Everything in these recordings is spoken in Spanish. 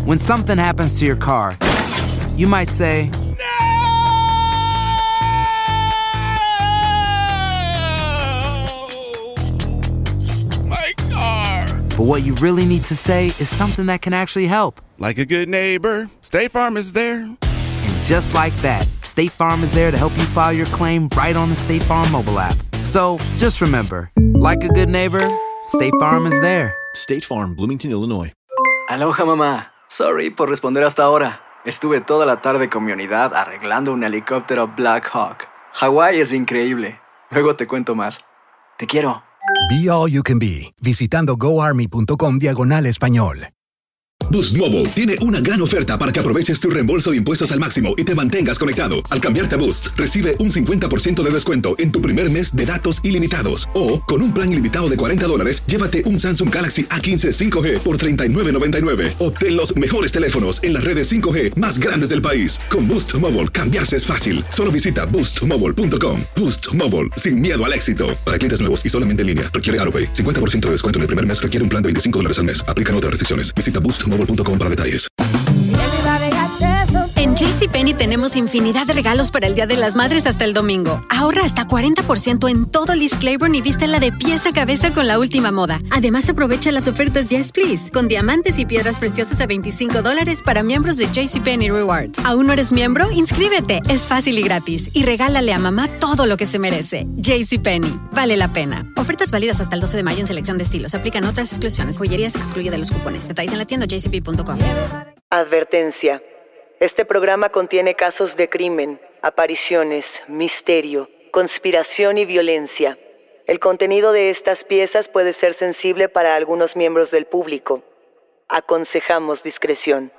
When something happens to your car, you might say, My car! but what you really need to say is something that can actually help. Like a good neighbor, State Farm is there. And just like that, State Farm is there to help you file your claim right on the State Farm mobile app. So just remember, like a good neighbor, State Farm is there. State Farm, Bloomington, Illinois. Aloha, mamá. Sorry por responder hasta ahora. Estuve toda la tarde con mi unidad arreglando un helicóptero Black Hawk. Hawái es increíble. Luego te cuento más. Te quiero. Be All You Can Be, visitando goarmy.com/español. Boost Mobile tiene una gran oferta para que aproveches tu reembolso de impuestos al máximo y te mantengas conectado. Al cambiarte a Boost, recibe un 50% de descuento en tu primer mes de datos ilimitados. O, con un plan ilimitado de $40, llévate un Samsung Galaxy A15 5G por $39.99. Obtén los mejores teléfonos en las redes 5G más grandes del país. Con Boost Mobile, cambiarse es fácil. Solo visita boostmobile.com. Boost Mobile, sin miedo al éxito. Para clientes nuevos y solamente en línea, requiere AutoPay. 50% de descuento en el primer mes requiere un plan de $25 al mes. Aplican otras restricciones. Visita boostmobile.com para detalles. En JCPenney tenemos infinidad de regalos para el Día de las Madres hasta el domingo. Ahorra hasta 40% en todo Liz Claiborne y vístela de pies a cabeza con la última moda. Además, aprovecha las ofertas Yes Please, con diamantes y piedras preciosas a $25 para miembros de JCPenney Rewards. ¿Aún no eres miembro? Inscríbete. Es fácil y gratis. Y regálale a mamá todo lo que se merece. JCPenney. Vale la pena. Ofertas válidas hasta el 12 de mayo en selección de estilos. Aplican otras exclusiones. Joyería se excluye de los cupones. Detalles en la tienda jcp.com. Advertencia. Este programa contiene casos de crimen, apariciones, misterio, conspiración y violencia. El contenido de estas piezas puede ser sensible para algunos miembros del público. Aconsejamos discreción.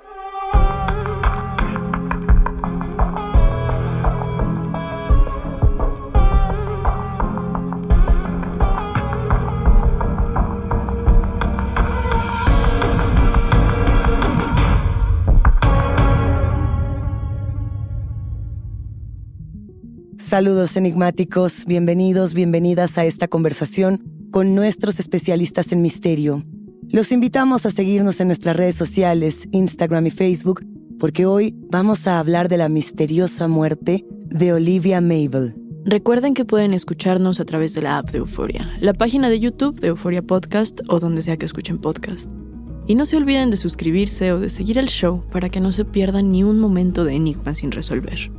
Saludos enigmáticos, bienvenidos, bienvenidas a esta conversación con nuestros especialistas en misterio. Los invitamos a seguirnos en nuestras redes sociales, Instagram y Facebook, porque hoy vamos a hablar de la misteriosa muerte de Olivia Mabel. Recuerden que pueden escucharnos a través de la app de Euforia, la página de YouTube de Euforia Podcast o donde sea que escuchen podcast. Y no se olviden de suscribirse o de seguir el show para que no se pierdan ni un momento de enigma sin resolver.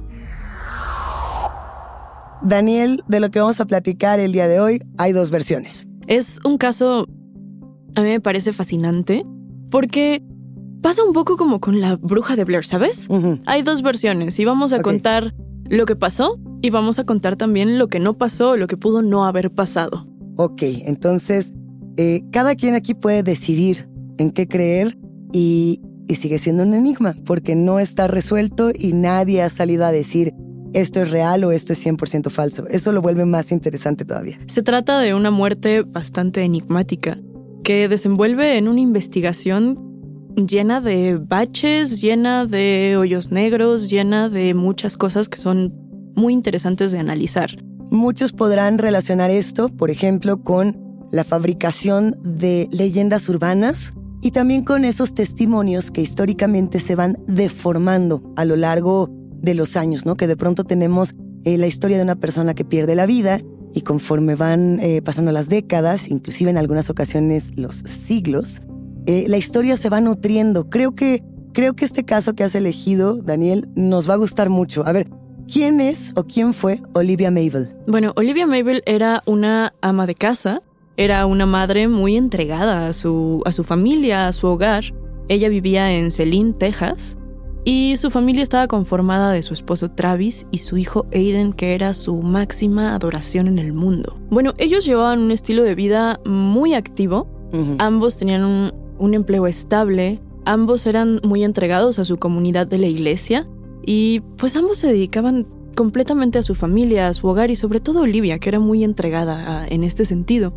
Daniel, de lo que vamos a platicar el día de hoy, hay dos versiones. Es un caso, a mí me parece fascinante, porque pasa un poco como con la bruja de Blair, ¿sabes? Uh-huh. Hay dos versiones y vamos a contar lo que pasó y vamos a contar también lo que no pasó, lo que pudo no haber pasado. Ok, entonces, cada quien aquí puede decidir en qué creer y sigue siendo un enigma, porque no está resuelto y nadie ha salido a decir esto es real o esto es 100% falso. Eso lo vuelve más interesante todavía. Se trata de una muerte bastante enigmática que desenvuelve en una investigación llena de baches, llena de hoyos negros, llena de muchas cosas que son muy interesantes de analizar. Muchos podrán relacionar esto, por ejemplo, con la fabricación de leyendas urbanas y también con esos testimonios que históricamente se van deformando a lo largo de los años, ¿no? Que de pronto tenemos la historia de una persona que pierde la vida y conforme van pasando las décadas, inclusive en algunas ocasiones los siglos, la historia se va nutriendo. Creo que este caso que has elegido, Daniel, nos va a gustar mucho. A ver, ¿quién es o quién fue Olivia Mabel? Bueno, Olivia Mabel era una ama de casa, era una madre muy entregada a su familia, a su hogar. Ella vivía en Selene, Texas, y su familia estaba conformada de su esposo Travis y su hijo Aiden, que era su máxima adoración en el mundo. Bueno, ellos llevaban un estilo de vida muy activo. Uh-huh. Ambos tenían un empleo estable. Ambos eran muy entregados a su comunidad de la iglesia. Y pues ambos se dedicaban completamente a su familia, a su hogar y sobre todo Olivia, que era muy entregada en este sentido.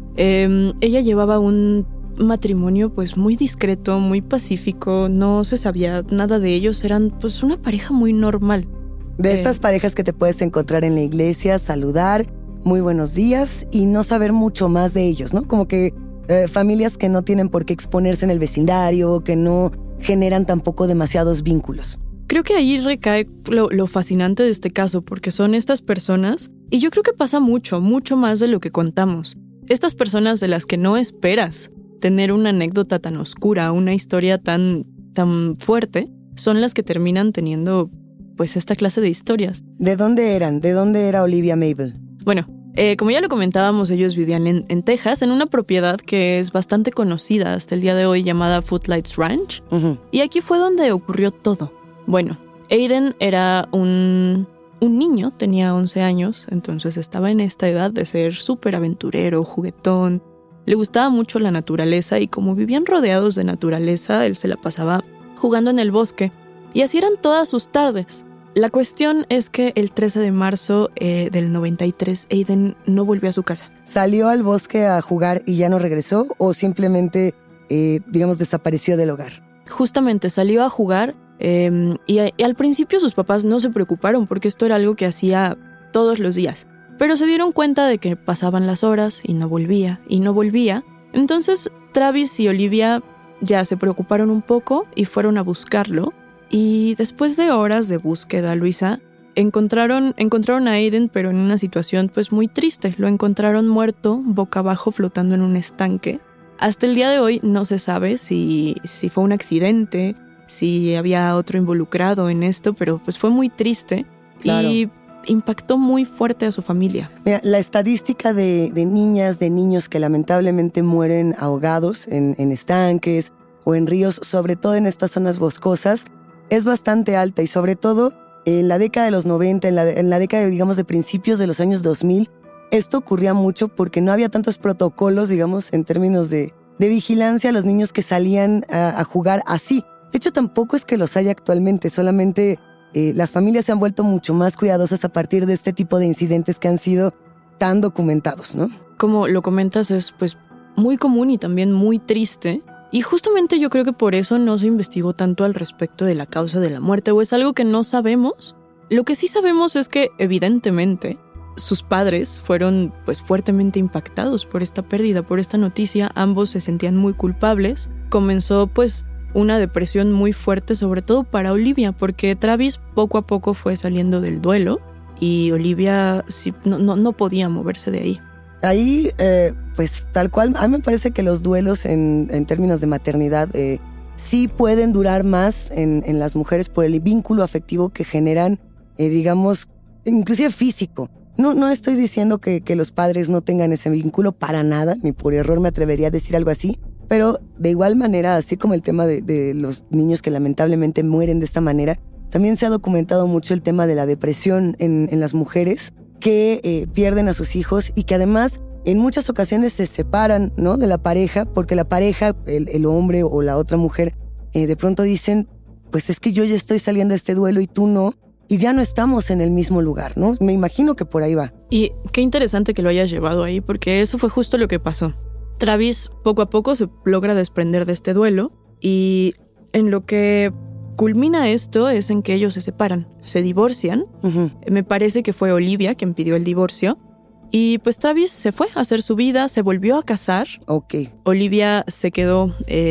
Ella llevaba un matrimonio pues muy discreto, muy pacífico, no se sabía nada de ellos, eran pues una pareja muy normal. De estas parejas que te puedes encontrar en la iglesia, saludar, muy buenos días y no saber mucho más de ellos, ¿no? Como que familias que no tienen por qué exponerse en el vecindario, que no generan tampoco demasiados vínculos. Creo que ahí recae lo fascinante de este caso, porque son estas personas, y yo creo que pasa mucho más de lo que contamos. Estas personas de las que no esperas tener una anécdota tan oscura, una historia tan fuerte, son las que terminan teniendo pues esta clase de historias. ¿De dónde eran? ¿De dónde era Olivia Mabel? Bueno, como ya lo comentábamos, ellos vivían en Texas, en una propiedad que es bastante conocida hasta el día de hoy, llamada Footlights Ranch. Uh-huh. Y aquí fue donde ocurrió todo. Bueno, Aiden era un niño, tenía 11 años, entonces estaba en esta edad de ser súper aventurero, juguetón. Le gustaba mucho la naturaleza y como vivían rodeados de naturaleza, él se la pasaba jugando en el bosque. Y así eran todas sus tardes. La cuestión es que el 13 de marzo del 93, Aiden no volvió a su casa. ¿Salió al bosque a jugar y ya no regresó o simplemente, desapareció del hogar? Justamente salió a jugar y al principio sus papás no se preocuparon porque esto era algo que hacía todos los días. Pero se dieron cuenta de que pasaban las horas y no volvía. Entonces Travis y Olivia ya se preocuparon un poco y fueron a buscarlo. Y después de horas de búsqueda, Luisa, encontraron a Aiden, pero en una situación pues muy triste. Lo encontraron muerto, boca abajo, flotando en un estanque. Hasta el día de hoy no se sabe si fue un accidente, si había otro involucrado en esto, pero pues fue muy triste. Claro. Y impactó muy fuerte a su familia. Mira, la estadística de niñas, de niños que lamentablemente mueren ahogados en estanques o en ríos, sobre todo en estas zonas boscosas, es bastante alta y sobre todo en la década de los 90, en la década, de principios de los años 2000, esto ocurría mucho porque no había tantos protocolos, en términos de vigilancia a los niños que salían a jugar así. De hecho, tampoco es que los haya actualmente, solamente las familias se han vuelto mucho más cuidadosas a partir de este tipo de incidentes que han sido tan documentados, ¿no? Como lo comentas, es pues muy común y también muy triste. Y justamente yo creo que por eso no se investigó tanto al respecto de la causa de la muerte, o es algo que no sabemos. Lo que sí sabemos es que, evidentemente, sus padres fueron pues fuertemente impactados por esta pérdida, por esta noticia. Ambos se sentían muy culpables. Comenzó pues una depresión muy fuerte, sobre todo para Olivia, porque Travis poco a poco fue saliendo del duelo y Olivia sí, no podía moverse de ahí. Ahí, pues tal cual, a mí me parece que los duelos en términos de maternidad sí pueden durar más en las mujeres por el vínculo afectivo que generan, inclusive físico. No estoy diciendo que los padres no tengan ese vínculo para nada, ni por error me atrevería a decir algo así, pero de igual manera, así como el tema de los niños que lamentablemente mueren de esta manera, también se ha documentado mucho el tema de la depresión en las mujeres que pierden a sus hijos y que además en muchas ocasiones se separan, ¿no?, de la pareja, porque la pareja, el hombre o la otra mujer, de pronto dicen, pues es que yo ya estoy saliendo de este duelo y tú no, y ya no estamos en el mismo lugar, ¿no? Me imagino que por ahí va. Y qué interesante que lo hayas llevado ahí, porque eso fue justo lo que pasó. Travis poco a poco se logra desprender de este duelo y en lo que culmina esto es en que ellos se separan, se divorcian. Uh-huh. Me parece que fue Olivia quien pidió el divorcio y pues Travis se fue a hacer su vida, se volvió a casar. Okay. Olivia se quedó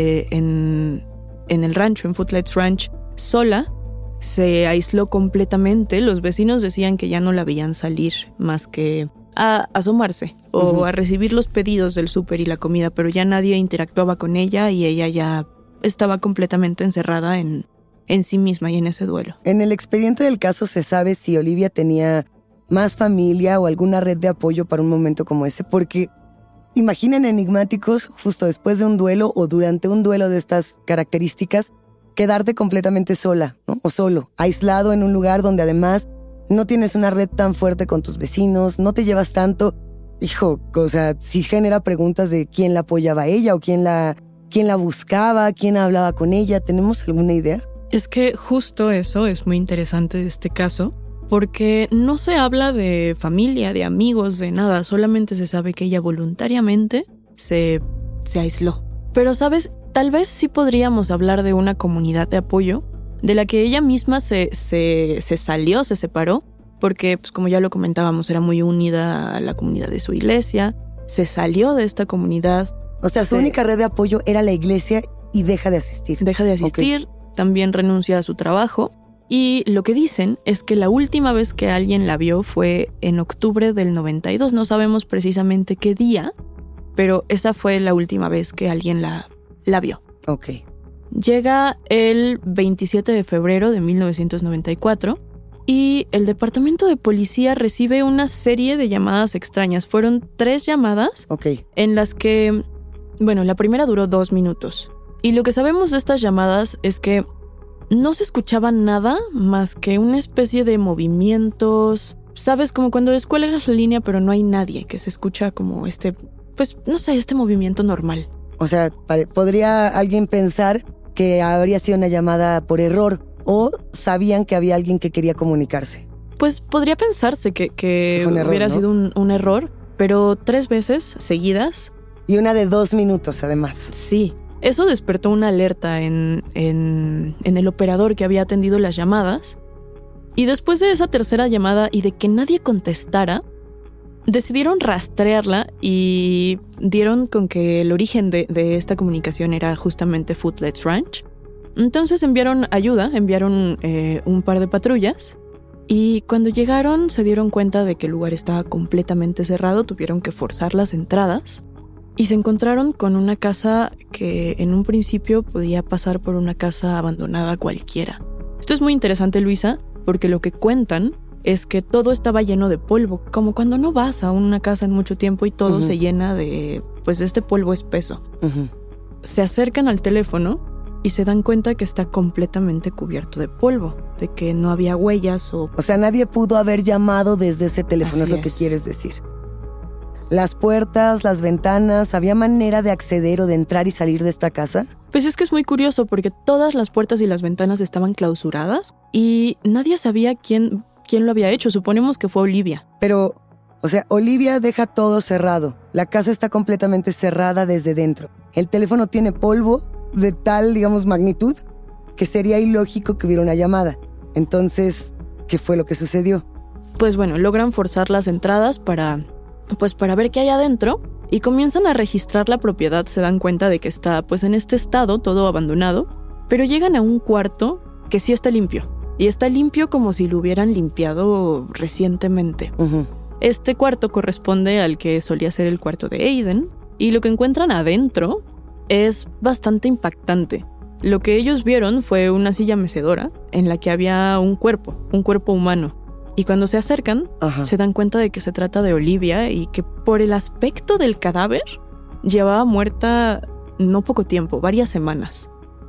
en el rancho, en Footlights Ranch, sola. Se aisló completamente. Los vecinos decían que ya no la veían salir más que a asomarse o a recibir los pedidos del súper y la comida, pero ya nadie interactuaba con ella y ella ya estaba completamente encerrada en sí misma y en ese duelo. En el expediente del caso se sabe si Olivia tenía más familia o alguna red de apoyo para un momento como ese, porque imaginen enigmáticos justo después de un duelo o durante un duelo de estas características, quedarte completamente sola, ¿no? O solo, aislado en un lugar donde además no tienes una red tan fuerte con tus vecinos, no te llevas tanto. Hijo, o sea, sí genera preguntas de quién la apoyaba a ella o quién la buscaba, quién hablaba con ella. ¿Tenemos alguna idea? Es que justo eso es muy interesante de este caso, porque no se habla de familia, de amigos, de nada. Solamente se sabe que ella voluntariamente se aisló. Pero, ¿sabes? Tal vez sí podríamos hablar de una comunidad de apoyo de la que ella misma se salió, se separó, porque, pues, como ya lo comentábamos, era muy unida a la comunidad de su iglesia, se salió de esta comunidad. O sea, su única red de apoyo era la iglesia y deja de asistir. Deja de asistir, también renuncia a su trabajo. Y lo que dicen es que la última vez que alguien la vio fue en octubre del 92. No sabemos precisamente qué día, pero esa fue la última vez que alguien la vio. Ok. Llega el 27 de febrero de 1994 y el departamento de policía recibe una serie de llamadas extrañas. Fueron 3 llamadas en las que, bueno, la primera duró 2 minutos. Y lo que sabemos de estas llamadas es que no se escuchaba nada más que una especie de movimientos. ¿Sabes? Como cuando descuelgas la línea pero no hay nadie, que se escucha como este movimiento normal. O sea, podría alguien pensar que habría sido una llamada por error o sabían que había alguien que quería comunicarse. Pues podría pensarse que un error, hubiera ¿no? sido un error, pero 3 veces seguidas. Y una de 2 minutos, además. Sí. Eso despertó una alerta en el operador que había atendido las llamadas. Y después de esa tercera llamada y de que nadie contestara, decidieron rastrearla y dieron con que el origen de esta comunicación era justamente Footlights Ranch. Entonces enviaron ayuda, un par de patrullas. Y cuando llegaron se dieron cuenta de que el lugar estaba completamente cerrado, tuvieron que forzar las entradas. Y se encontraron con una casa que en un principio podía pasar por una casa abandonada cualquiera. Esto es muy interesante, Luisa, porque lo que cuentan es que todo estaba lleno de polvo, como cuando no vas a una casa en mucho tiempo y todo se llena de este polvo espeso. Se acercan al teléfono y se dan cuenta que está completamente cubierto de polvo, de que no había huellas o... O sea, nadie pudo haber llamado desde ese teléfono, es lo que quieres decir. Las puertas, las ventanas, ¿había manera de acceder o de entrar y salir de esta casa? Pues es que es muy curioso porque todas las puertas y las ventanas estaban clausuradas y nadie sabía quién lo había hecho. Suponemos que fue Olivia. Pero, o sea, Olivia deja todo cerrado. La casa está completamente cerrada desde dentro. El teléfono tiene polvo de tal, digamos, magnitud que sería ilógico que hubiera una llamada. Entonces, ¿qué fue lo que sucedió? Pues bueno, logran forzar las entradas para ver qué hay adentro y comienzan a registrar la propiedad. Se dan cuenta de que está en este estado, todo abandonado, pero llegan a un cuarto que sí está limpio. Y está limpio como si lo hubieran limpiado recientemente. Este cuarto corresponde al que solía ser el cuarto de Aiden, y lo que encuentran adentro es bastante impactante. Lo que ellos vieron fue una silla mecedora en la que había un cuerpo humano. Y cuando se acercan, se dan cuenta de que se trata de Olivia y que por el aspecto del cadáver llevaba muerta no poco tiempo, varias semanas.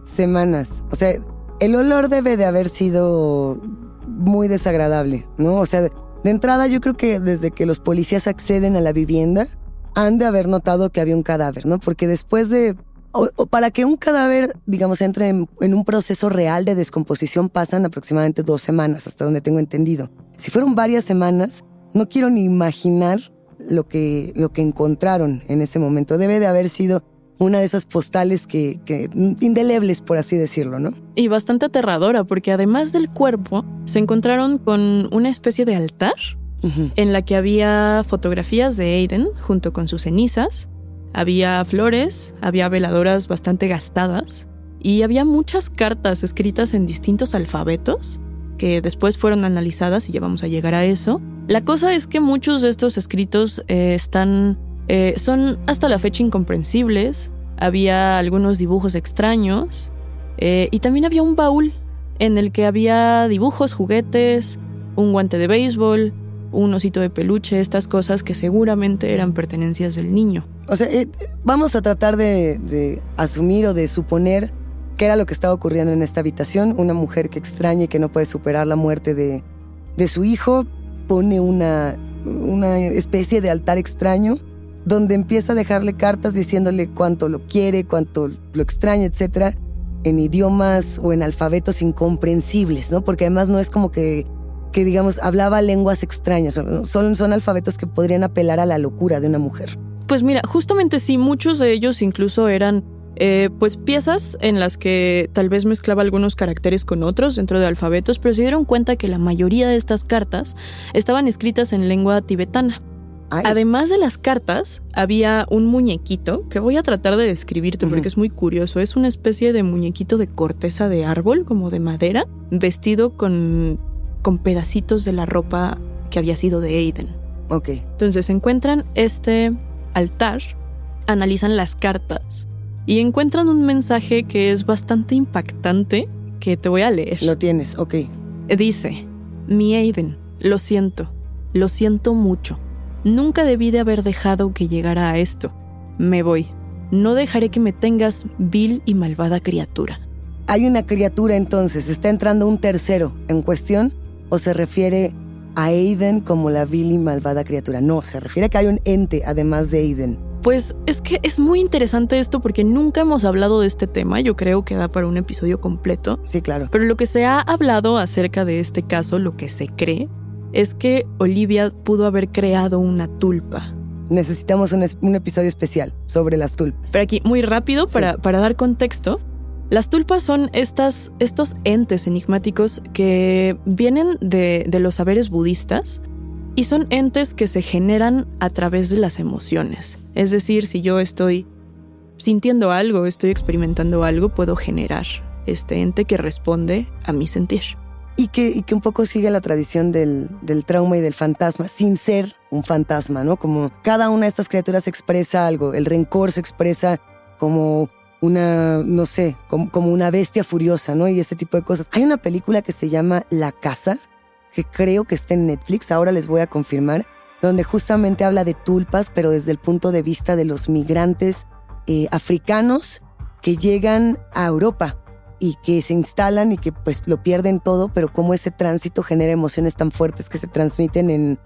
O sea, el olor debe de haber sido muy desagradable, ¿no? O sea, de entrada yo creo que desde que los policías acceden a la vivienda han de haber notado que había un cadáver, ¿no? Porque después de... O para que un cadáver, digamos, entre en un proceso real de descomposición pasan aproximadamente 2 semanas, hasta donde tengo entendido. Si fueron varias semanas, no quiero ni imaginar lo que encontraron en ese momento. Debe de haber sido una de esas postales que indelebles, por así decirlo, ¿no? Y bastante aterradora, porque además del cuerpo, se encontraron con una especie de altar en la que había fotografías de Aiden junto con sus cenizas. Había flores, había veladoras bastante gastadas y había muchas cartas escritas en distintos alfabetos que después fueron analizadas y ya vamos a llegar a eso. La cosa es que muchos de estos escritos son hasta la fecha incomprensibles. Había algunos dibujos extraños y también había un baúl en el que había dibujos, juguetes, un guante de béisbol, un osito de peluche, estas cosas que seguramente eran pertenencias del niño. O sea, vamos a tratar de asumir o de suponer qué era lo que estaba ocurriendo en esta habitación. Una mujer que extraña y que no puede superar la muerte de su hijo pone una especie de altar extraño donde empieza a dejarle cartas diciéndole cuánto lo quiere, cuánto lo extraña, etcétera, en idiomas o en alfabetos incomprensibles, ¿no? Porque además no es como que digamos, hablaba lenguas extrañas. Son alfabetos que podrían apelar a la locura de una mujer. Pues mira, justamente sí, muchos de ellos incluso eran piezas en las que tal vez mezclaba algunos caracteres con otros dentro de alfabetos, pero se dieron cuenta que la mayoría de estas cartas estaban escritas en lengua tibetana. Ay. Además de las cartas, había un muñequito que voy a tratar de describirte porque es muy curioso. Es una especie de muñequito de corteza de árbol, como de madera, vestido con pedacitos de la ropa que había sido de Aiden. Ok. Entonces encuentran este altar, analizan las cartas y encuentran un mensaje que es bastante impactante que te voy a leer. Lo tienes, ok. Dice: mi Aiden, lo siento mucho. Nunca debí de haber dejado que llegara a esto. Me voy. No dejaré que me tengas, vil y malvada criatura. Hay una criatura entonces, ¿está entrando un tercero en cuestión? ¿O se refiere a Aiden como la vil y malvada criatura? No, se refiere a que hay un ente además de Aiden. Pues es que es muy interesante esto porque nunca hemos hablado de este tema. Yo creo que da para un episodio completo. Sí, claro. Pero lo que se ha hablado acerca de este caso, lo que se cree, es que Olivia pudo haber creado una tulpa. Necesitamos un episodio especial sobre las tulpas. Pero aquí, muy rápido, para dar contexto, las tulpas son estos entes enigmáticos que vienen de los saberes budistas y son entes que se generan a través de las emociones. Es decir, si yo estoy sintiendo algo, estoy experimentando algo, puedo generar este ente que responde a mi sentir. Y que un poco sigue la tradición del trauma y del fantasma, sin ser un fantasma, ¿no? Como cada una de estas criaturas expresa algo. El rencor se expresa como una, no sé, como una bestia furiosa, ¿no? Y ese tipo de cosas. Hay una película que se llama La Casa, que creo que está en Netflix, ahora les voy a confirmar, donde justamente habla de tulpas, pero desde el punto de vista de los migrantes africanos que llegan a Europa y que se instalan y que pues lo pierden todo, pero cómo ese tránsito genera emociones tan fuertes que se transmiten en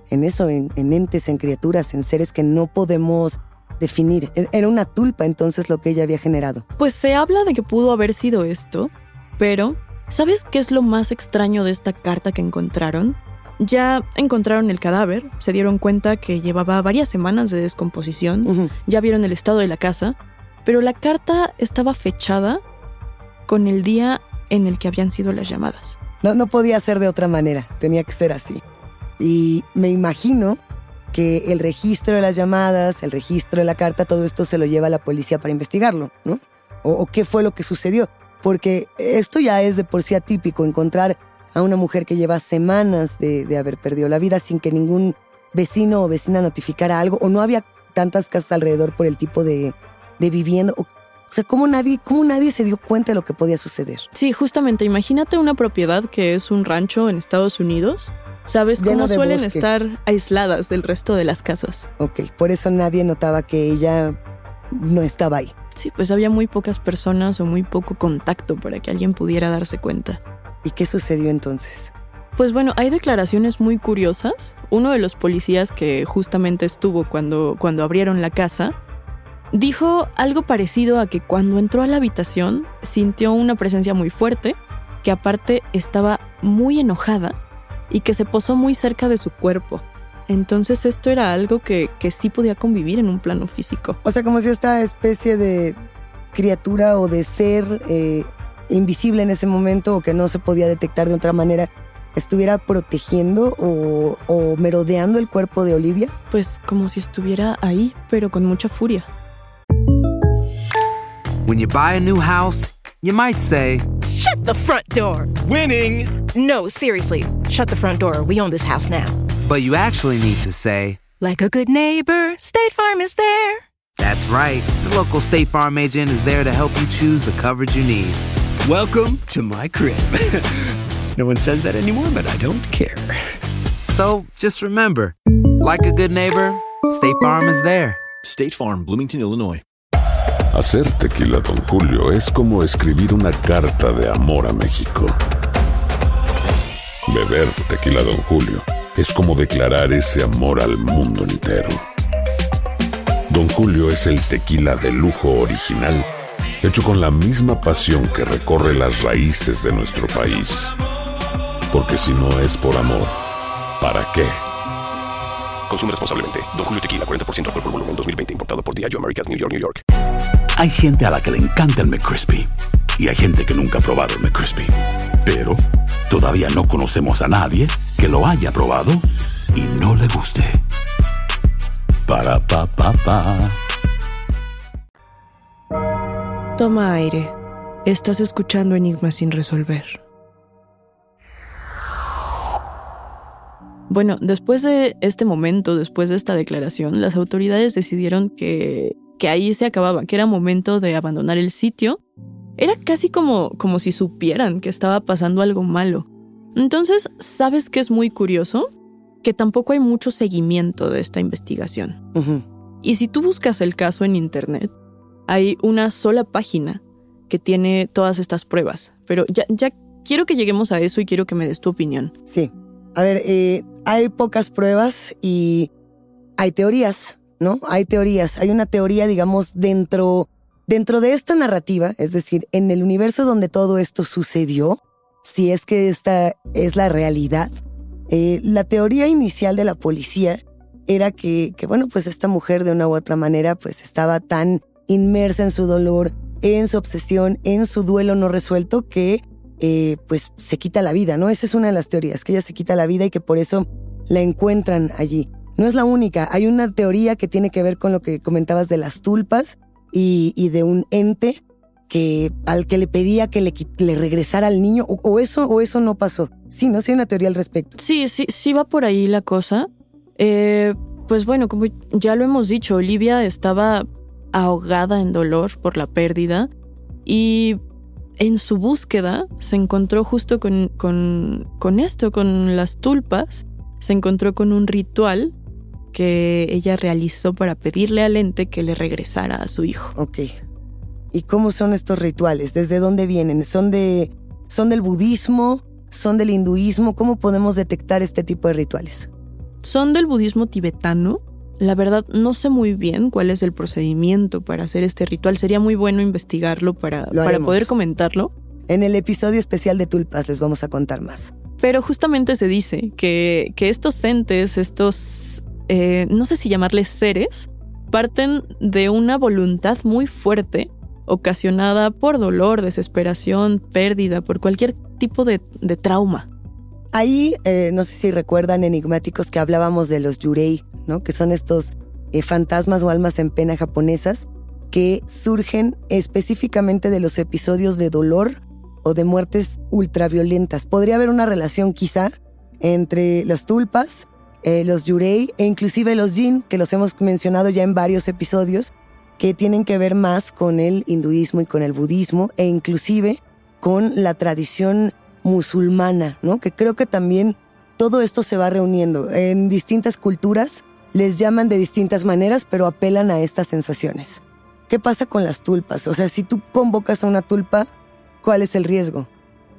entes, en criaturas, en seres que no podemos definir. Era una tulpa entonces lo que ella había generado. Pues se habla de que pudo haber sido esto, pero ¿sabes qué es lo más extraño de esta carta que encontraron? Ya encontraron el cadáver, se dieron cuenta que llevaba varias semanas de descomposición, ya vieron el estado de la casa, pero la carta estaba fechada con el día en el que habían sido las llamadas. No podía ser de otra manera, tenía que ser así. Y me imagino que el registro de las llamadas, el registro de la carta, todo esto se lo lleva a la policía para investigarlo, ¿no? O qué fue lo que sucedió. Porque esto ya es de por sí atípico, encontrar a una mujer que lleva semanas de haber perdido la vida sin que ningún vecino o vecina notificara algo, o no había tantas casas alrededor por el tipo de vivienda. O sea, ¿cómo nadie se dio cuenta de lo que podía suceder? Sí, justamente, imagínate una propiedad que es un rancho en Estados Unidos. ¿Sabes cómo suelen estar aisladas del resto de las casas? Ok, por eso nadie notaba que ella no estaba ahí. Sí, pues había muy pocas personas o muy poco contacto para que alguien pudiera darse cuenta. ¿Y qué sucedió entonces? Pues bueno, hay declaraciones muy curiosas. Uno de los policías que justamente estuvo cuando abrieron la casa dijo algo parecido a que cuando entró a la habitación sintió una presencia muy fuerte, que aparte estaba muy enojada y que se posó muy cerca de su cuerpo. Entonces esto era algo que sí podía convivir en un plano físico. O sea, como si esta especie de criatura o de ser invisible en ese momento o que no se podía detectar de otra manera estuviera protegiendo o merodeando el cuerpo de Olivia. Pues como si estuviera ahí, pero con mucha furia. When you buy a new house, you might say, "Shut the front door." Winning! No, seriously. Shut the front door. We own this house now. But you actually need to say, like a good neighbor, State Farm is there. That's right. The local State Farm agent is there to help you choose the coverage you need. Welcome to my crib. No one says that anymore, but I don't care. So just remember, like a good neighbor, State Farm is there. State Farm, Bloomington, Illinois. Hacer tequila Don Julio es como escribir una carta de amor a México. Beber tequila Don Julio es como declarar ese amor al mundo entero. Don Julio es el tequila de lujo original, hecho con la misma pasión que recorre las raíces de nuestro país. Porque si no es por amor, ¿para qué? Consume responsablemente. Don Julio Tequila, 40% alcohol por volumen, 2020. Importado por Diageo Americas, New York, New York. Hay gente a la que le encanta el McCrispy y hay gente que nunca ha probado el McCrispy. Pero todavía no conocemos a nadie que lo haya probado y no le guste. Para pa pa pa. Toma aire. Estás escuchando Enigmas sin resolver. Bueno, después de este momento, después de esta declaración, las autoridades decidieron que ahí se acababa, que era momento de abandonar el sitio. Era casi como si supieran que estaba pasando algo malo. Entonces, ¿sabes qué es muy curioso? Que tampoco hay mucho seguimiento de esta investigación. Uh-huh. Y si tú buscas el caso en internet, hay una sola página que tiene todas estas pruebas. Pero ya quiero que lleguemos a eso y quiero que me des tu opinión. Sí. A ver, hay pocas pruebas y hay teorías, ¿no? Hay teorías. Hay una teoría, digamos, dentro de esta narrativa, es decir, en el universo donde todo esto sucedió, si es que esta es la realidad. La teoría inicial de la policía era que bueno, pues esta mujer de una u otra manera pues estaba tan inmersa en su dolor, en su obsesión, en su duelo no resuelto que pues se quita la vida, ¿no? Esa es una de las teorías, que ella se quita la vida y que por eso la encuentran allí. No es la única, hay una teoría que tiene que ver con lo que comentabas de las tulpas y de un ente al que le pedía que le regresara al niño, o eso no pasó. Sí, ¿no? Sí hay una teoría al respecto. Sí va por ahí la cosa. Pues bueno, como ya lo hemos dicho, Olivia estaba ahogada en dolor por la pérdida y en su búsqueda se encontró justo con esto, con las tulpas. Se encontró con un ritual que ella realizó para pedirle al ente que le regresara a su hijo. Ok. ¿Y cómo son estos rituales? ¿Desde dónde vienen? ¿Son del budismo? ¿Son del hinduismo? ¿Cómo podemos detectar este tipo de rituales? Son del budismo tibetano. La verdad, no sé muy bien cuál es el procedimiento para hacer este ritual. Sería muy bueno investigarlo para poder comentarlo. En el episodio especial de Tulpas les vamos a contar más. Pero justamente se dice que estos entes, no sé si llamarles seres, parten de una voluntad muy fuerte, ocasionada por dolor, desesperación, pérdida, por cualquier tipo de trauma. Ahí, no sé si recuerdan, enigmáticos, que hablábamos de los yurei, ¿no? Que son estos fantasmas o almas en pena japonesas que surgen específicamente de los episodios de dolor o de muertes ultraviolentas. Podría haber una relación quizá entre las tulpas, los yurei e inclusive los jin, que los hemos mencionado ya en varios episodios, que tienen que ver más con el hinduismo y con el budismo e inclusive con la tradición musulmana, ¿no? Que creo que también todo esto se va reuniendo. En distintas culturas les llaman de distintas maneras, pero apelan a estas sensaciones. ¿Qué pasa con las tulpas? O sea, si tú convocas a una tulpa, ¿cuál es el riesgo?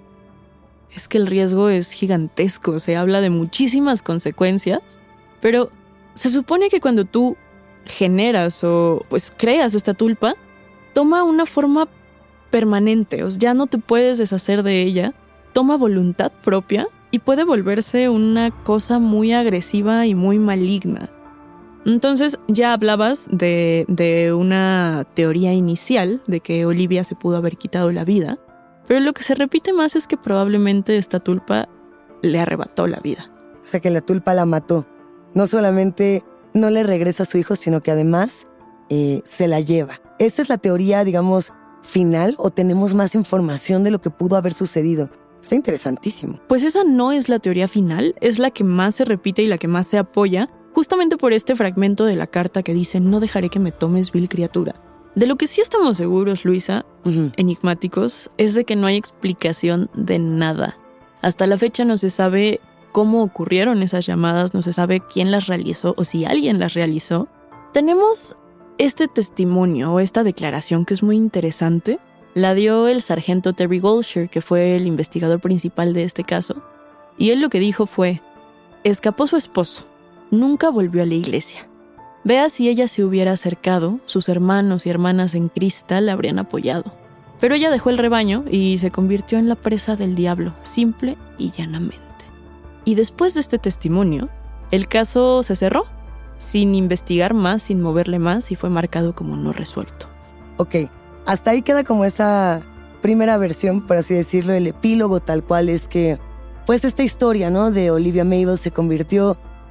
Es que el riesgo es gigantesco, se habla de muchísimas consecuencias, pero se supone que cuando tú generas o pues creas esta tulpa, toma una forma permanente, o sea, ya no te puedes deshacer de ella, toma voluntad propia y puede volverse una cosa muy agresiva y muy maligna. Entonces ya hablabas de una teoría inicial de que Olivia se pudo haber quitado la vida, pero lo que se repite más es que probablemente esta tulpa le arrebató la vida. O sea, que la tulpa la mató. No solamente no le regresa a su hijo, sino que además se la lleva. ¿Esta es la teoría, digamos, final o tenemos más información de lo que pudo haber sucedido? Está interesantísimo. Pues esa no es la teoría final, es la que más se repite y la que más se apoya, justamente por este fragmento de la carta que dice: no dejaré que me tomes, vil criatura. De lo que sí estamos seguros, Luisa, enigmáticos, es de que no hay explicación de nada. Hasta la fecha no se sabe cómo ocurrieron esas llamadas, no se sabe quién las realizó o si alguien las realizó. Tenemos este testimonio o esta declaración que es muy interesante. La dio el sargento Terry Goldsher, que fue el investigador principal de este caso. Y él lo que dijo fue: escapó su esposo, nunca volvió a la iglesia. Vea, si ella se hubiera acercado, sus hermanos y hermanas en Cristo la habrían apoyado. Pero ella dejó el rebaño y se convirtió en la presa del diablo, simple y llanamente. Y después de este testimonio, el caso se cerró, sin investigar más, sin moverle más, y fue marcado como no resuelto. Ok, hasta ahí queda como esa primera versión, por así decirlo, el epílogo tal cual es que, pues esta historia, ¿no? De Olivia Mabel se convirtió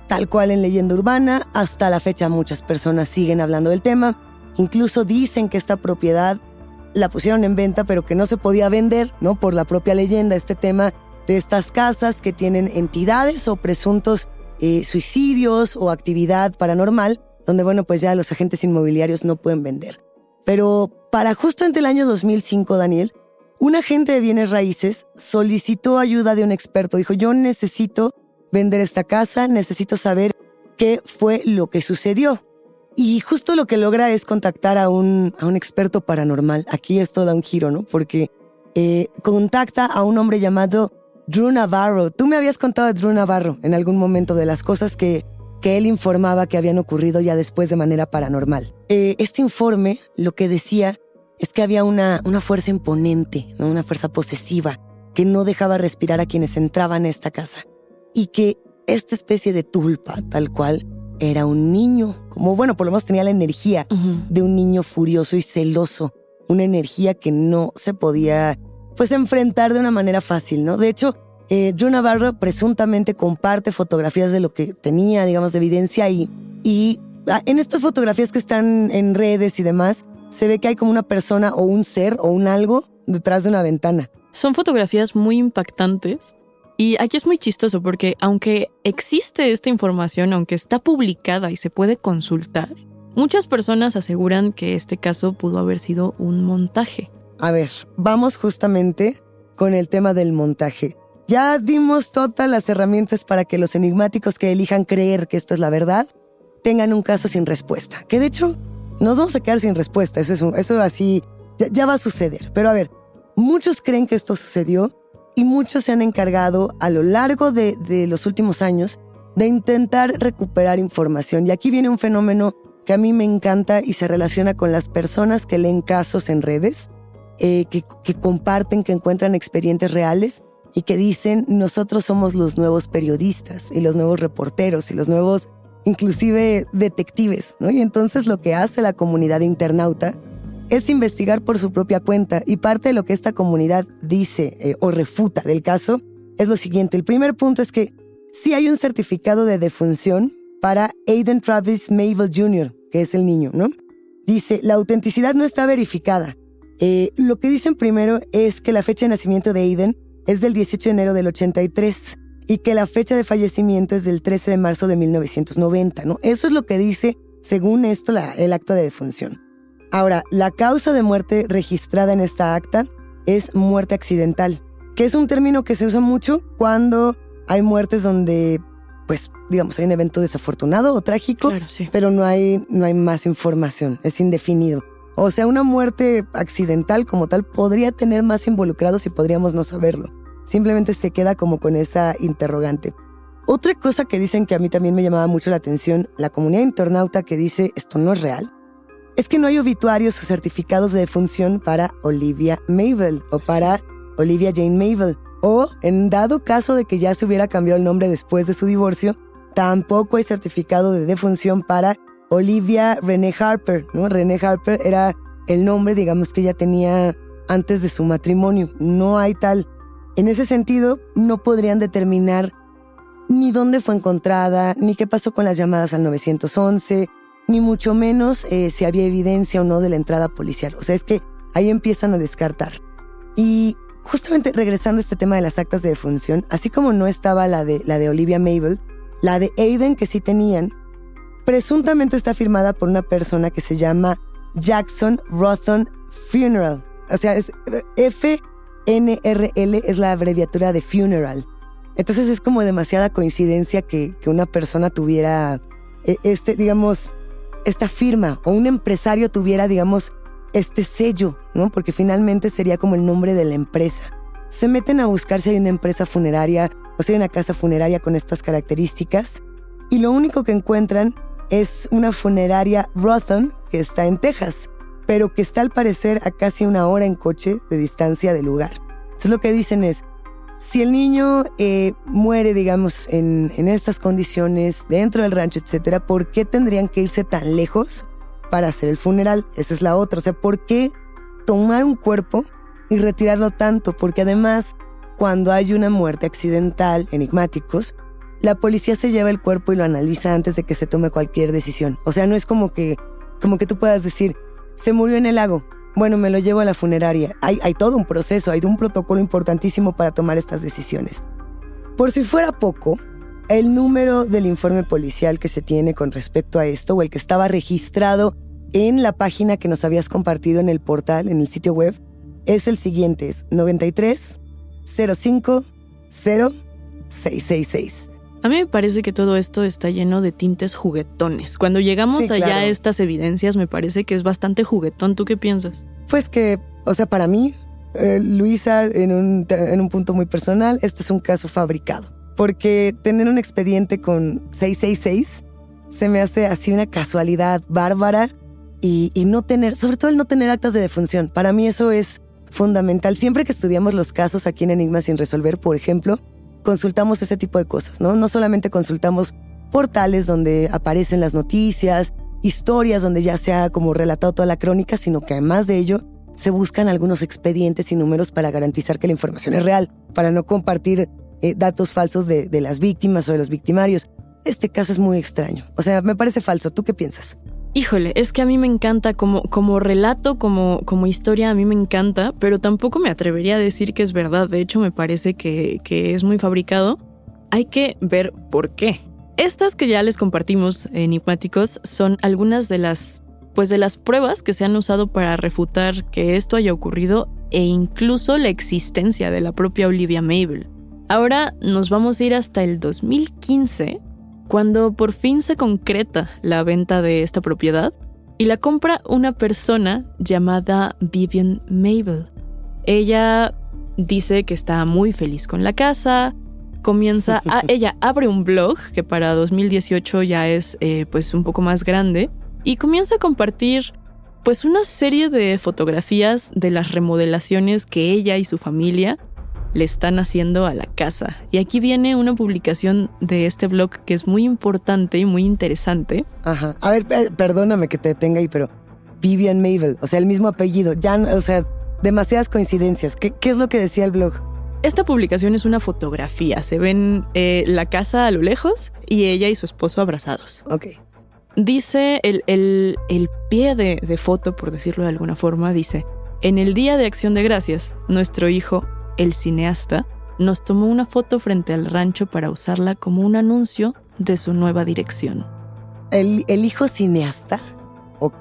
tal cual en leyenda urbana. Hasta la fecha muchas personas siguen hablando del tema. Incluso dicen que esta propiedad la pusieron en venta, pero que no se podía vender, ¿no? Por la propia leyenda, este tema de estas casas que tienen entidades o presuntos suicidios o actividad paranormal, donde, bueno, pues ya los agentes inmobiliarios no pueden vender. Pero para justamente el año 2005, Daniel, un agente de bienes raíces solicitó ayuda de un experto. Dijo, yo necesito vender esta casa, necesito saber qué fue lo que sucedió. Y justo lo que logra es contactar a un experto paranormal. Aquí esto da un giro, ¿no? Porque contacta a un hombre llamado Drew Navarro. Tú me habías contado de Drew Navarro en algún momento, de las cosas que él informaba que habían ocurrido ya después de manera paranormal. Este informe lo que decía es que había una fuerza imponente, ¿no? Una fuerza posesiva que no dejaba respirar a quienes entraban a esta casa. Y que esta especie de tulpa, tal cual, era un niño, como bueno, por lo menos tenía la energía de un niño furioso y celoso, una energía que no se podía, pues, enfrentar de una manera fácil, ¿no? De hecho, Drew Navarro presuntamente comparte fotografías de lo que tenía, digamos, de evidencia y en estas fotografías que están en redes y demás, se ve que hay como una persona o un ser o un algo detrás de una ventana. Son fotografías muy impactantes. Y aquí es muy chistoso porque aunque existe esta información, aunque está publicada y se puede consultar, muchas personas aseguran que este caso pudo haber sido un montaje. A ver, vamos justamente con el tema del montaje. Ya dimos todas las herramientas para que los enigmáticos que elijan creer que esto es la verdad tengan un caso sin respuesta. Que de hecho, nos vamos a quedar sin respuesta. Eso así ya va a suceder. Pero a ver, muchos creen que esto sucedió. Y muchos se han encargado a lo largo de los últimos años de intentar recuperar información. Y aquí viene un fenómeno que a mí me encanta y se relaciona con las personas que leen casos en redes, que comparten, que encuentran expedientes reales y que dicen, nosotros somos los nuevos periodistas y los nuevos reporteros y los nuevos, inclusive, detectives, ¿no? Y entonces lo que hace la comunidad internauta es investigar por su propia cuenta, y parte de lo que esta comunidad dice o refuta del caso es lo siguiente. El primer punto es que sí hay un certificado de defunción para Aiden Travis Mabel Jr., que es el niño, ¿no? Dice, la autenticidad no está verificada. Lo que dicen primero es que la fecha de nacimiento de Aiden es del 18 de enero del 83 y que la fecha de fallecimiento es del 13 de marzo de 1990, ¿no? Eso es lo que dice, según esto, el acta de defunción. Ahora, la causa de muerte registrada en esta acta es muerte accidental, que es un término que se usa mucho cuando hay muertes donde, pues, digamos, hay un evento desafortunado o trágico, claro, sí, pero no hay más información, es indefinido. O sea, una muerte accidental como tal podría tener más involucrados y podríamos no saberlo. Simplemente se queda como con esa interrogante. Otra cosa que dicen que a mí también me llamaba mucho la atención, la comunidad internauta que dice esto no es real, es que no hay obituarios o certificados de defunción para Olivia Mabel o para Olivia Jane Mabel. O, en dado caso de que ya se hubiera cambiado el nombre después de su divorcio, tampoco hay certificado de defunción para Olivia Renee Harper, ¿no? Renee Harper era el nombre, digamos, que ella tenía antes de su matrimonio. No hay tal. En ese sentido, no podrían determinar ni dónde fue encontrada, ni qué pasó con las llamadas al 911, ni mucho menos si había evidencia o no de la entrada policial. O sea, es que ahí empiezan a descartar. Y justamente regresando a este tema de las actas de defunción, así como no estaba la de Olivia Mabel, la de Aiden, que sí tenían, presuntamente está firmada por una persona que se llama Jackson Rothon Funeral. O sea, es FNRL, es la abreviatura de funeral. Entonces es como demasiada coincidencia que una persona tuviera digamos, esta firma, o un empresario tuviera, digamos, este sello, ¿no? Porque finalmente sería como el nombre de la empresa. Se meten a buscar si hay una empresa funeraria o si hay una casa funeraria con estas características, y lo único que encuentran es una funeraria Rothon que está en Texas, pero que está al parecer a casi 1 hora en coche de distancia del lugar. Entonces lo que dicen es, si el niño muere, digamos, en estas condiciones, dentro del rancho, etcétera, ¿por qué tendrían que irse tan lejos para hacer el funeral? Esa es la otra. O sea, ¿por qué tomar un cuerpo y retirarlo tanto? Porque además, cuando hay una muerte accidental, enigmáticos, la policía se lleva el cuerpo y lo analiza antes de que se tome cualquier decisión. O sea, no es como que tú puedas decir, se murió en el lago, bueno, me lo llevo a la funeraria. Hay todo un proceso, hay un protocolo importantísimo para tomar estas decisiones. Por si fuera poco, el número del informe policial que se tiene con respecto a esto, o el que estaba registrado en la página que nos habías compartido en el portal, en el sitio web, es el siguiente, es 93 05 0 666. A mí me parece que todo esto está lleno de tintes juguetones. Cuando llegamos allá a estas evidencias, me parece que es bastante juguetón. ¿Tú qué piensas? Pues que, o sea, para mí, Luisa, en un punto muy personal, esto es un caso fabricado. Porque tener un expediente con 666 se me hace así una casualidad bárbara y no tener, sobre todo el no tener actas de defunción. Para mí eso es fundamental. Siempre que estudiamos los casos aquí en Enigma Sin Resolver, por ejemplo, consultamos ese tipo de cosas, ¿no? No solamente consultamos portales donde aparecen las noticias, historias donde ya se ha como relatado toda la crónica, sino que además de ello se buscan algunos expedientes y números para garantizar que la información es real, para no compartir datos falsos de las víctimas o de los victimarios. Este caso es muy extraño. O sea, me parece falso. ¿Tú qué piensas? Híjole, es que a mí me encanta como relato, como historia, a mí me encanta, pero tampoco me atrevería a decir que es verdad. De hecho, me parece que es muy fabricado. Hay que ver por qué. Estas que ya les compartimos, enigmáticos, son algunas de las pruebas que se han usado para refutar que esto haya ocurrido e incluso la existencia de la propia Olivia Mabel. Ahora nos vamos a ir hasta el 2015, cuando por fin se concreta la venta de esta propiedad y la compra una persona llamada Vivian Mabel. Ella dice que está muy feliz con la casa, ella abre un blog que para 2018 ya es pues un poco más grande y comienza a compartir pues una serie de fotografías de las remodelaciones que ella y su familia le están haciendo a la casa. Y aquí viene una publicación de este blog que es muy importante y muy interesante. Ajá. A ver, perdóname que te detenga ahí, pero Vivian Mabel, o sea, el mismo apellido, ya, o sea, demasiadas coincidencias. ¿Qué es lo que decía el blog? Esta publicación es una fotografía. Se ven la casa a lo lejos y ella y su esposo abrazados. Ok. Dice el pie de foto, por decirlo de alguna forma, dice: en el Día de Acción de Gracias, nuestro hijo, el cineasta, nos tomó una foto frente al rancho para usarla como un anuncio de su nueva dirección. ¿El hijo cineasta? Ok.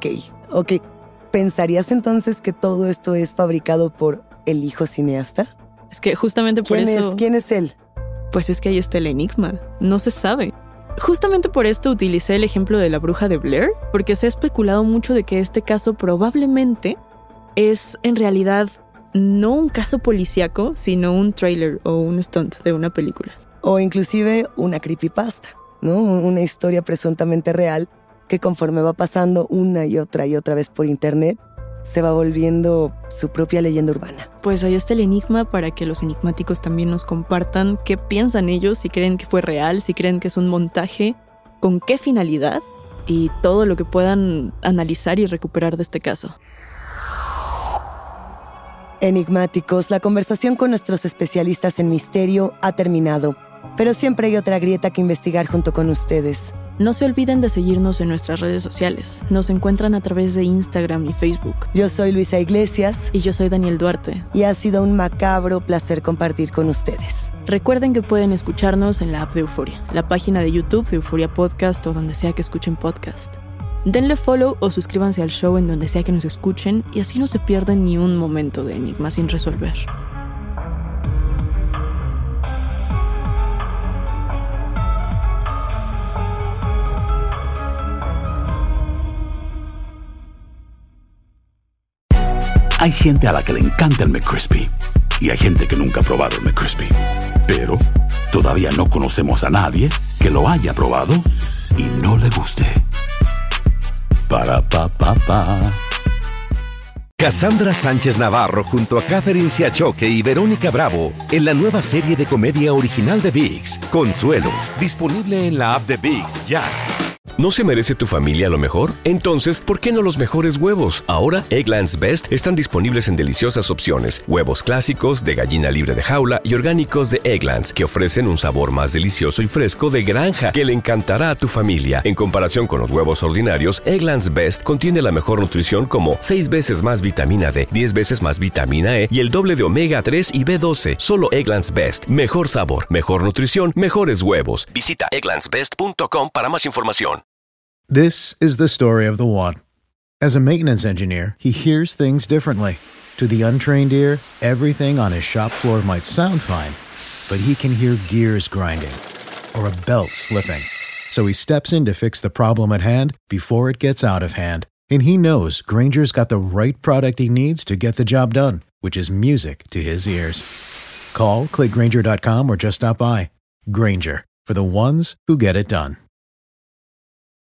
¿Pensarías entonces que todo esto es fabricado por el hijo cineasta? Es que justamente por eso... ¿Quién es él? Pues es que ahí está el enigma. No se sabe. Justamente por esto utilicé el ejemplo de la bruja de Blair, porque se ha especulado mucho de que este caso probablemente es en realidad no un caso policíaco, sino un tráiler o un stunt de una película. O inclusive una creepypasta, ¿no? Una historia presuntamente real que conforme va pasando una y otra vez por internet, se va volviendo su propia leyenda urbana. Pues ahí está el enigma para que los enigmáticos también nos compartan qué piensan ellos, si creen que fue real, si creen que es un montaje, con qué finalidad y todo lo que puedan analizar y recuperar de este caso. Enigmáticos, la conversación con nuestros especialistas en misterio ha terminado, pero siempre hay otra grieta que investigar junto con ustedes. No se olviden de seguirnos en nuestras redes sociales. Nos encuentran a través de Instagram y Facebook. Yo soy Luisa Iglesias. Y yo soy Daniel Duarte. Y ha sido un macabro placer compartir con ustedes. Recuerden que pueden escucharnos en la app de Euforia, la página de YouTube de Euforia Podcast o donde sea que escuchen podcast. Denle follow o suscríbanse al show en donde sea que nos escuchen y así no se pierden ni un momento de Enigma Sin Resolver. Hay gente a la que le encanta el McCrispy y hay gente que nunca ha probado el McCrispy. Pero todavía no conocemos a nadie que lo haya probado y no le guste. Para pa pa pa. Cassandra Sánchez Navarro junto a Catherine Siachoque y Verónica Bravo en la nueva serie de comedia original de ViX, Consuelo, disponible en la app de ViX ya. ¿No se merece tu familia lo mejor? Entonces, ¿por qué no los mejores huevos? Ahora, Eggland's Best están disponibles en deliciosas opciones. Huevos clásicos, de gallina libre de jaula y orgánicos de Eggland's, que ofrecen un sabor más delicioso y fresco de granja que le encantará a tu familia. En comparación con los huevos ordinarios, Eggland's Best contiene la mejor nutrición como 6 veces más vitamina D, 10 veces más vitamina E y el doble de omega 3 y B12. Solo Eggland's Best. Mejor sabor, mejor nutrición, mejores huevos. Visita egglandsbest.com para más información. This is the story of the one. As a maintenance engineer, he hears things differently. To the untrained ear, everything on his shop floor might sound fine, but he can hear gears grinding or a belt slipping. So he steps in to fix the problem at hand before it gets out of hand. And he knows Grainger's got the right product he needs to get the job done, which is music to his ears. Call, click Grainger.com, or just stop by. Grainger, for the ones who get it done.